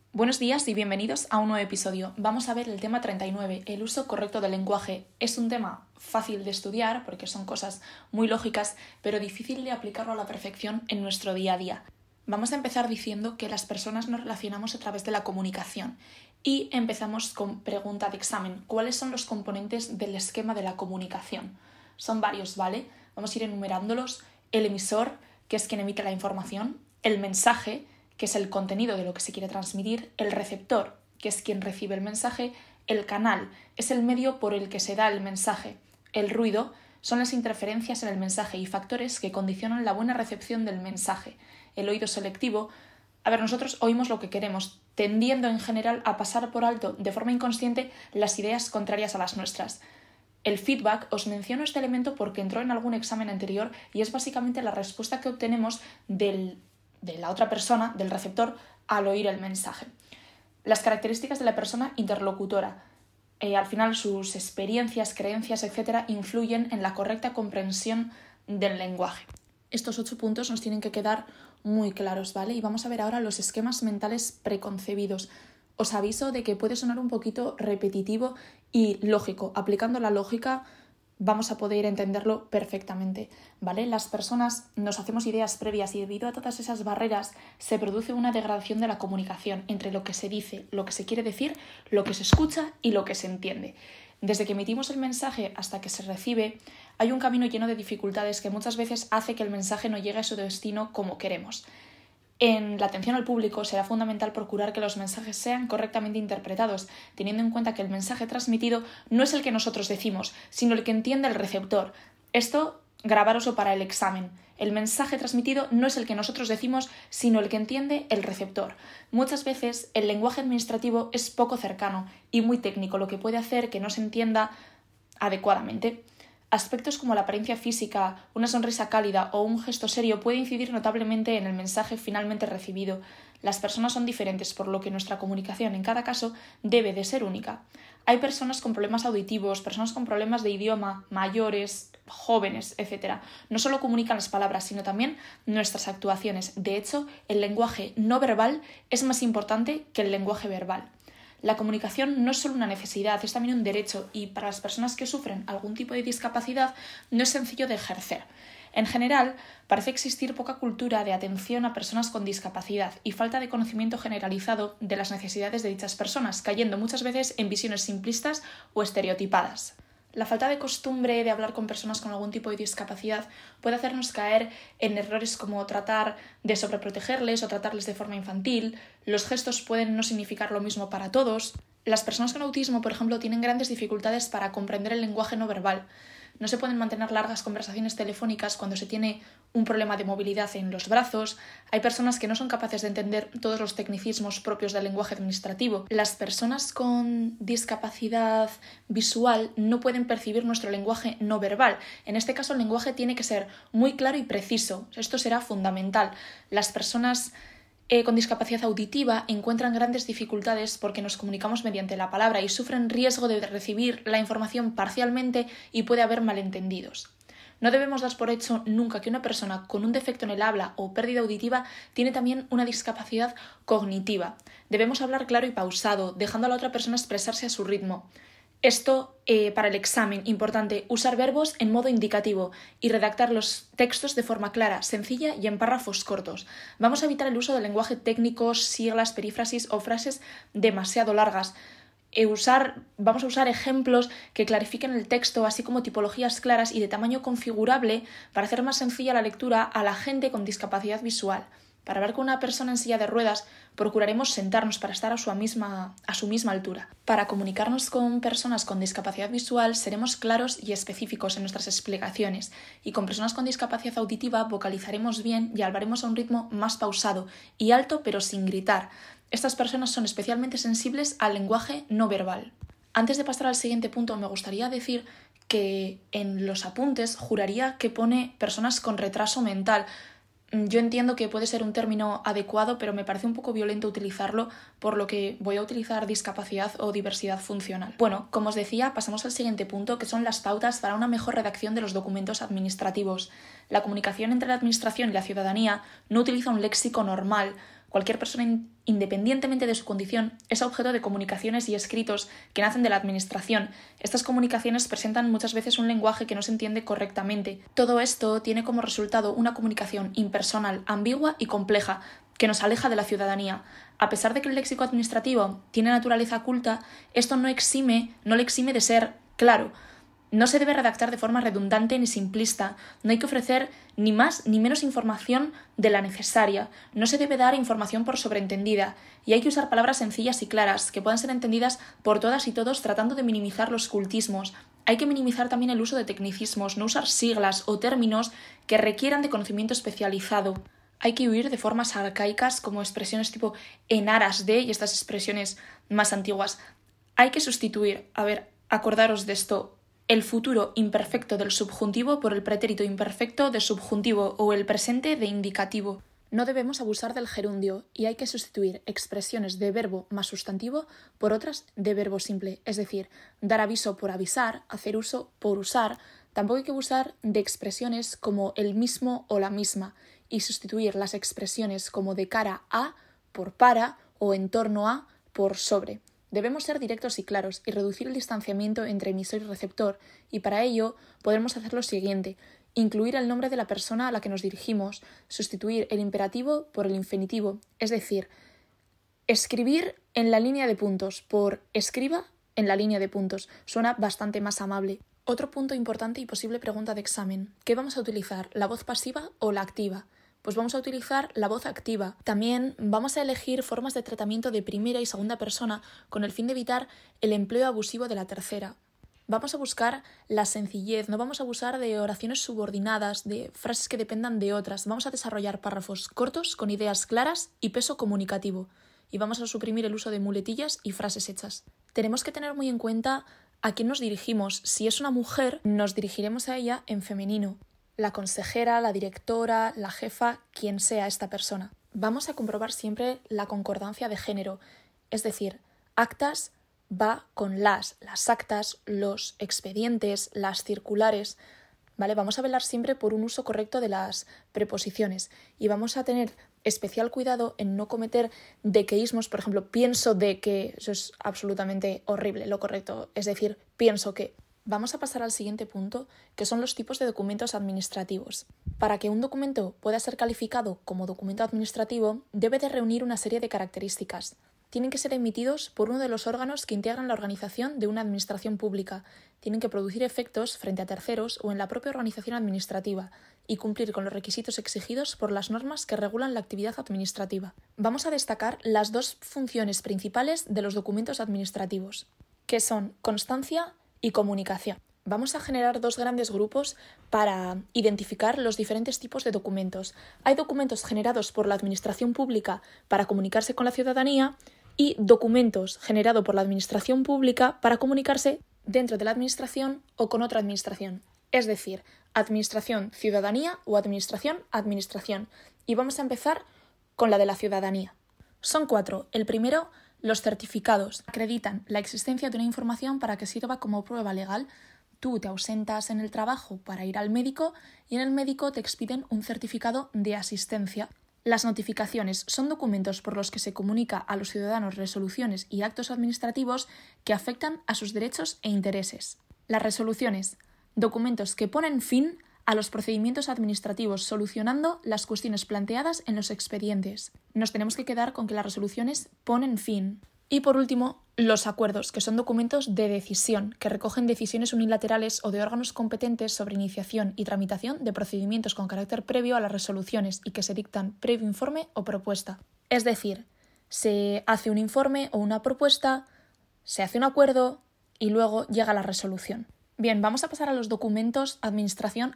Buenos días y bienvenidos a un nuevo episodio. Vamos a ver el tema 39, el uso correcto del lenguaje. Es un tema fácil de estudiar porque son cosas muy lógicas, pero difícil de aplicarlo a la perfección en nuestro día a día. Vamos a empezar diciendo que las personas nos relacionamos a través de la comunicación y empezamos con pregunta de examen. ¿Cuáles son los componentes del esquema de la comunicación? Son varios, ¿vale? Vamos a ir enumerándolos. El emisor, que es quien emite la información, el mensaje, que es el contenido de lo que se quiere transmitir, el receptor, que es quien recibe el mensaje, el canal, es el medio por el que se da el mensaje, el ruido, son las interferencias en el mensaje y factores que condicionan la buena recepción del mensaje, el oído selectivo. Nosotros oímos lo que queremos, tendiendo en general a pasar por alto de forma inconsciente las ideas contrarias a las nuestras. El feedback, os menciono este elemento porque entró en algún examen anterior y es básicamente la respuesta que obtenemos de la otra persona, del receptor, al oír el mensaje. Las características de la persona interlocutora. Al final sus experiencias, creencias, etc. influyen en la correcta comprensión del lenguaje. Estos 8 puntos nos tienen que quedar muy claros, ¿vale? Y vamos a ver ahora los esquemas mentales preconcebidos. Os aviso de que puede sonar un poquito repetitivo y lógico. Aplicando la lógica vamos a poder entenderlo perfectamente, ¿vale? Las personas nos hacemos ideas previas y debido a todas esas barreras se produce una degradación de la comunicación entre lo que se dice, lo que se quiere decir, lo que se escucha y lo que se entiende. Desde que emitimos el mensaje hasta que se recibe, hay un camino lleno de dificultades que muchas veces hace que el mensaje no llegue a su destino como queremos. En la atención al público será fundamental procurar que los mensajes sean correctamente interpretados, teniendo en cuenta que el mensaje transmitido no es el que nosotros decimos, sino el que entiende el receptor. Esto, grabároslo para el examen. El mensaje transmitido no es el que nosotros decimos, sino el que entiende el receptor. Muchas veces el lenguaje administrativo es poco cercano y muy técnico, lo que puede hacer que no se entienda adecuadamente. Aspectos como la apariencia física, una sonrisa cálida o un gesto serio pueden incidir notablemente en el mensaje finalmente recibido. Las personas son diferentes, por lo que nuestra comunicación en cada caso debe de ser única. Hay personas con problemas auditivos, personas con problemas de idioma, mayores, jóvenes, etc. No solo comunican las palabras, sino también nuestras actuaciones. De hecho, el lenguaje no verbal es más importante que el lenguaje verbal. La comunicación no es solo una necesidad, es también un derecho y para las personas que sufren algún tipo de discapacidad no es sencillo de ejercer. En general, parece existir poca cultura de atención a personas con discapacidad y falta de conocimiento generalizado de las necesidades de dichas personas, cayendo muchas veces en visiones simplistas o estereotipadas. La falta de costumbre de hablar con personas con algún tipo de discapacidad puede hacernos caer en errores como tratar de sobreprotegerles o tratarles de forma infantil. Los gestos pueden no significar lo mismo para todos. Las personas con autismo, por ejemplo, tienen grandes dificultades para comprender el lenguaje no verbal. No se pueden mantener largas conversaciones telefónicas cuando se tiene un problema de movilidad en los brazos. Hay personas que no son capaces de entender todos los tecnicismos propios del lenguaje administrativo. Las personas con discapacidad visual no pueden percibir nuestro lenguaje no verbal. En este caso, el lenguaje tiene que ser muy claro y preciso. Esto será fundamental. Las personas con discapacidad auditiva encuentran grandes dificultades porque nos comunicamos mediante la palabra y sufren riesgo de recibir la información parcialmente y puede haber malentendidos. No debemos dar por hecho nunca que una persona con un defecto en el habla o pérdida auditiva tiene también una discapacidad cognitiva. Debemos hablar claro y pausado, dejando a la otra persona expresarse a su ritmo. Esto, para el examen, importante, usar verbos en modo indicativo y redactar los textos de forma clara, sencilla y en párrafos cortos. Vamos a evitar el uso de lenguaje técnico, siglas, perífrasis o frases demasiado largas. Vamos a usar ejemplos que clarifiquen el texto, así como tipologías claras y de tamaño configurable para hacer más sencilla la lectura a la gente con discapacidad visual. Para hablar con una persona en silla de ruedas, procuraremos sentarnos para estar a su misma altura. Para comunicarnos con personas con discapacidad visual, seremos claros y específicos en nuestras explicaciones, y con personas con discapacidad auditiva vocalizaremos bien y hablaremos a un ritmo más pausado y alto, pero sin gritar. Estas personas son especialmente sensibles al lenguaje no verbal. Antes de pasar al siguiente punto, me gustaría decir que en los apuntes juraría que pone personas con retraso mental. Yo entiendo que puede ser un término adecuado, pero me parece un poco violento utilizarlo, por lo que voy a utilizar discapacidad o diversidad funcional. Bueno, como os decía, pasamos al siguiente punto, que son las pautas para una mejor redacción de los documentos administrativos. La comunicación entre la administración y la ciudadanía no utiliza un léxico normal, Cualquier persona, independientemente de su condición, es objeto de comunicaciones y escritos que nacen de la administración. Estas comunicaciones presentan muchas veces un lenguaje que no se entiende correctamente. Todo esto tiene como resultado una comunicación impersonal, ambigua y compleja, que nos aleja de la ciudadanía. A pesar de que el léxico administrativo tiene naturaleza culta, esto no le exime de ser claro. No se debe redactar de forma redundante ni simplista, no hay que ofrecer ni más ni menos información de la necesaria, no se debe dar información por sobreentendida, y hay que usar palabras sencillas y claras, que puedan ser entendidas por todas y todos tratando de minimizar los cultismos. Hay que minimizar también el uso de tecnicismos, no usar siglas o términos que requieran de conocimiento especializado. Hay que huir de formas arcaicas como expresiones tipo en aras de y estas expresiones más antiguas. Hay que sustituir, acordaros de esto, el futuro imperfecto del subjuntivo por el pretérito imperfecto de subjuntivo o el presente de indicativo. No debemos abusar del gerundio y hay que sustituir expresiones de verbo más sustantivo por otras de verbo simple, es decir, dar aviso por avisar, hacer uso por usar. Tampoco hay que abusar de expresiones como el mismo o la misma y sustituir las expresiones como de cara a por para o en torno a por sobre. Debemos ser directos y claros y reducir el distanciamiento entre emisor y receptor, y para ello podremos hacer lo siguiente: incluir el nombre de la persona a la que nos dirigimos, sustituir el imperativo por el infinitivo, es decir, escribir en la línea de puntos por escriba en la línea de puntos. Suena bastante más amable. Otro punto importante y posible pregunta de examen: ¿qué vamos a utilizar, la voz pasiva o la activa? Pues vamos a utilizar la voz activa. También vamos a elegir formas de tratamiento de primera y segunda persona con el fin de evitar el empleo abusivo de la tercera. Vamos a buscar la sencillez, no vamos a abusar de oraciones subordinadas, de frases que dependan de otras. Vamos a desarrollar párrafos cortos con ideas claras y peso comunicativo. Y vamos a suprimir el uso de muletillas y frases hechas. Tenemos que tener muy en cuenta a quién nos dirigimos. Si es una mujer, nos dirigiremos a ella en femenino. La consejera, la directora, la jefa, quien sea esta persona. Vamos a comprobar siempre la concordancia de género, es decir, actas va con las actas, los expedientes, las circulares, ¿vale? Vamos a velar siempre por un uso correcto de las preposiciones y vamos a tener especial cuidado en no cometer dequeísmos, por ejemplo, pienso de que, eso es absolutamente horrible, lo correcto, es decir, pienso que. Vamos a pasar al siguiente punto, que son los tipos de documentos administrativos. Para que un documento pueda ser calificado como documento administrativo, debe de reunir una serie de características. Tienen que ser emitidos por uno de los órganos que integran la organización de una administración pública. Tienen que producir efectos frente a terceros o en la propia organización administrativa y cumplir con los requisitos exigidos por las normas que regulan la actividad administrativa. Vamos a destacar las dos funciones principales de los documentos administrativos, que son constancia y comunicación. Vamos a generar dos grandes grupos para identificar los diferentes tipos de documentos. Hay documentos generados por la administración pública para comunicarse con la ciudadanía y documentos generados por la administración pública para comunicarse dentro de la administración o con otra administración. Es decir, administración ciudadanía o administración. Y vamos a empezar con la de la ciudadanía. Son 4. El primero, los certificados. Acreditan la existencia de una información para que sirva como prueba legal. Tú te ausentas en el trabajo para ir al médico y en el médico te expiden un certificado de asistencia. Las notificaciones son documentos por los que se comunica a los ciudadanos resoluciones y actos administrativos que afectan a sus derechos e intereses. Las resoluciones, documentos que ponen fin a los procedimientos administrativos, solucionando las cuestiones planteadas en los expedientes. Nos tenemos que quedar con que las resoluciones ponen fin. Y por último, los acuerdos, que son documentos de decisión, que recogen decisiones unilaterales o de órganos competentes sobre iniciación y tramitación de procedimientos con carácter previo a las resoluciones y que se dictan previo informe o propuesta. Es decir, se hace un informe o una propuesta, se hace un acuerdo y luego llega la resolución. Bien, vamos a pasar a los documentos administración.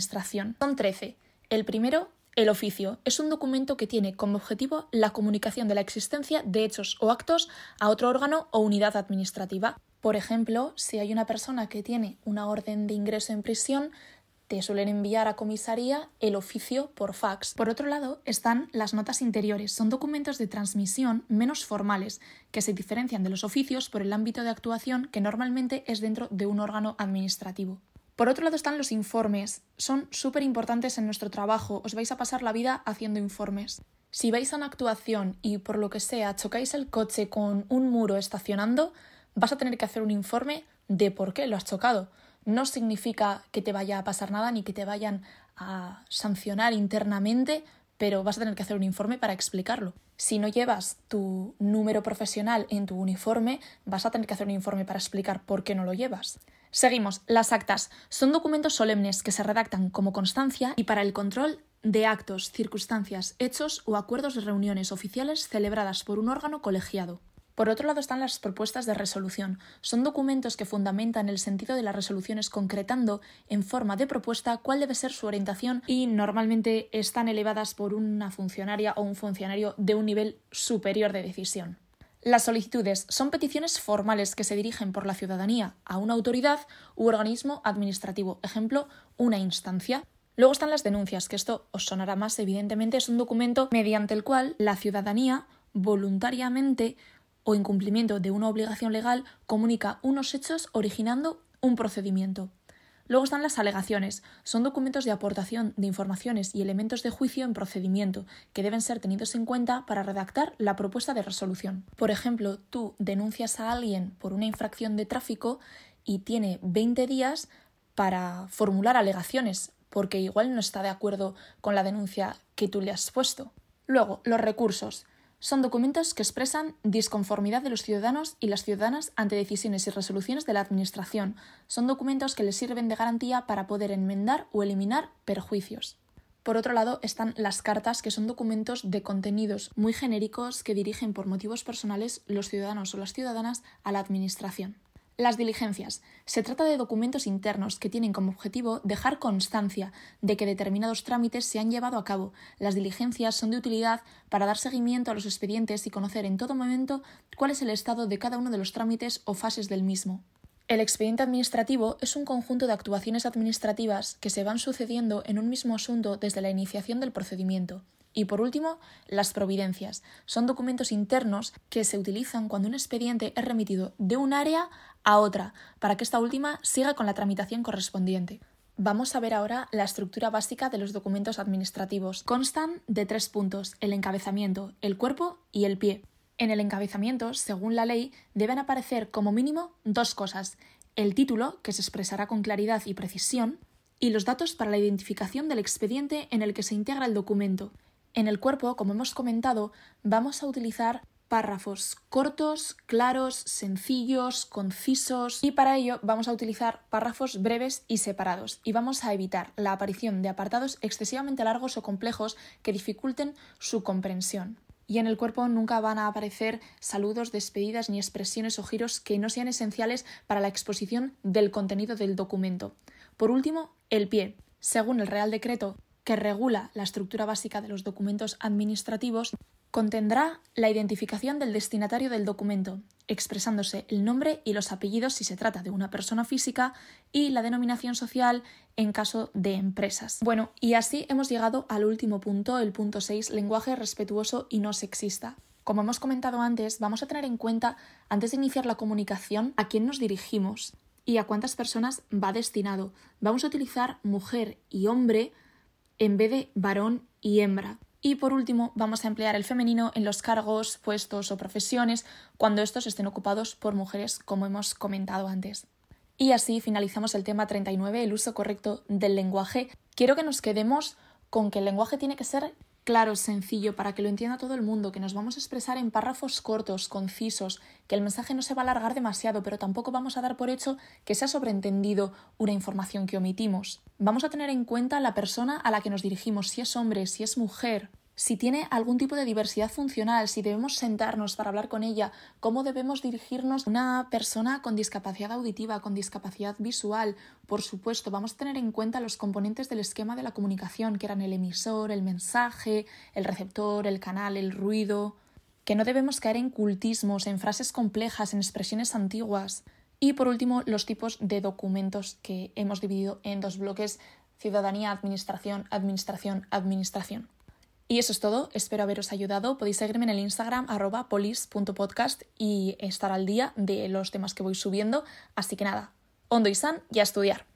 Son 13. El primero, el oficio. Es un documento que tiene como objetivo la comunicación de la existencia de hechos o actos a otro órgano o unidad administrativa. Por ejemplo, si hay una persona que tiene una orden de ingreso en prisión, te suelen enviar a comisaría el oficio por fax. Por otro lado, están las notas interiores. Son documentos de transmisión menos formales, que se diferencian de los oficios por el ámbito de actuación que normalmente es dentro de un órgano administrativo. Por otro lado están los informes. Son súper importantes en nuestro trabajo. Os vais a pasar la vida haciendo informes. Si vais a una actuación y por lo que sea chocáis el coche con un muro estacionando, vas a tener que hacer un informe de por qué lo has chocado. No significa que te vaya a pasar nada ni que te vayan a sancionar internamente, pero vas a tener que hacer un informe para explicarlo. Si no llevas tu número profesional en tu uniforme, vas a tener que hacer un informe para explicar por qué no lo llevas. Seguimos. Las actas son documentos solemnes que se redactan como constancia y para el control de actos, circunstancias, hechos o acuerdos de reuniones oficiales celebradas por un órgano colegiado. Por otro lado están las propuestas de resolución. Son documentos que fundamentan el sentido de las resoluciones concretando en forma de propuesta cuál debe ser su orientación y normalmente están elevadas por una funcionaria o un funcionario de un nivel superior de decisión. Las solicitudes son peticiones formales que se dirigen por la ciudadanía a una autoridad u organismo administrativo, ejemplo, una instancia. Luego están las denuncias, que esto os sonará más, evidentemente es un documento mediante el cual la ciudadanía voluntariamente o incumplimiento de una obligación legal comunica unos hechos originando un procedimiento. Luego están las alegaciones. Son documentos de aportación de informaciones y elementos de juicio en procedimiento que deben ser tenidos en cuenta para redactar la propuesta de resolución. Por ejemplo, tú denuncias a alguien por una infracción de tráfico y tiene 20 días para formular alegaciones porque igual no está de acuerdo con la denuncia que tú le has puesto. Luego, los recursos. Son documentos que expresan disconformidad de los ciudadanos y las ciudadanas ante decisiones y resoluciones de la Administración. Son documentos que les sirven de garantía para poder enmendar o eliminar perjuicios. Por otro lado están las cartas, que son documentos de contenidos muy genéricos que dirigen por motivos personales los ciudadanos o las ciudadanas a la Administración. Las diligencias. Se trata de documentos internos que tienen como objetivo dejar constancia de que determinados trámites se han llevado a cabo. Las diligencias son de utilidad para dar seguimiento a los expedientes y conocer en todo momento cuál es el estado de cada uno de los trámites o fases del mismo. El expediente administrativo es un conjunto de actuaciones administrativas que se van sucediendo en un mismo asunto desde la iniciación del procedimiento. Y por último, las providencias. Son documentos internos que se utilizan cuando un expediente es remitido de un área a otra, para que esta última siga con la tramitación correspondiente. Vamos a ver ahora la estructura básica de los documentos administrativos. Constan de 3 puntos: el encabezamiento, el cuerpo y el pie. En el encabezamiento, según la ley, deben aparecer como mínimo 2 cosas: el título, que se expresará con claridad y precisión, y los datos para la identificación del expediente en el que se integra el documento. En el cuerpo, como hemos comentado, vamos a utilizar párrafos cortos, claros, sencillos, concisos y para ello vamos a utilizar párrafos breves y separados y vamos a evitar la aparición de apartados excesivamente largos o complejos que dificulten su comprensión. Y en el cuerpo nunca van a aparecer saludos, despedidas ni expresiones o giros que no sean esenciales para la exposición del contenido del documento. Por último, el pie. Según el Real Decreto que regula la estructura básica de los documentos administrativos, contendrá la identificación del destinatario del documento, expresándose el nombre y los apellidos si se trata de una persona física y la denominación social en caso de empresas. Bueno, y así hemos llegado al último punto, el punto 6, lenguaje respetuoso y no sexista. Como hemos comentado antes, vamos a tener en cuenta, antes de iniciar la comunicación, a quién nos dirigimos y a cuántas personas va destinado. Vamos a utilizar mujer y hombre en vez de varón y hembra. Y por último, vamos a emplear el femenino en los cargos, puestos o profesiones cuando estos estén ocupados por mujeres, como hemos comentado antes. Y así finalizamos el tema 39, el uso correcto del lenguaje. Quiero que nos quedemos con que el lenguaje tiene que ser claro, sencillo, para que lo entienda todo el mundo, que nos vamos a expresar en párrafos cortos, concisos, que el mensaje no se va a alargar demasiado, pero tampoco vamos a dar por hecho que se ha sobreentendido una información que omitimos. Vamos a tener en cuenta la persona a la que nos dirigimos, si es hombre, si es mujer, si tiene algún tipo de diversidad funcional, si debemos sentarnos para hablar con ella, cómo debemos dirigirnos a una persona con discapacidad auditiva, con discapacidad visual. Por supuesto, vamos a tener en cuenta los componentes del esquema de la comunicación, que eran el emisor, el mensaje, el receptor, el canal, el ruido, que no debemos caer en cultismos, en frases complejas, en expresiones antiguas. Y por último, los tipos de documentos que hemos dividido en 2 bloques: ciudadanía, administración, administración, administración. Y eso es todo, espero haberos ayudado. Podéis seguirme en el Instagram @polis.podcast y estar al día de los temas que voy subiendo. Así que nada, ondo izan y a estudiar.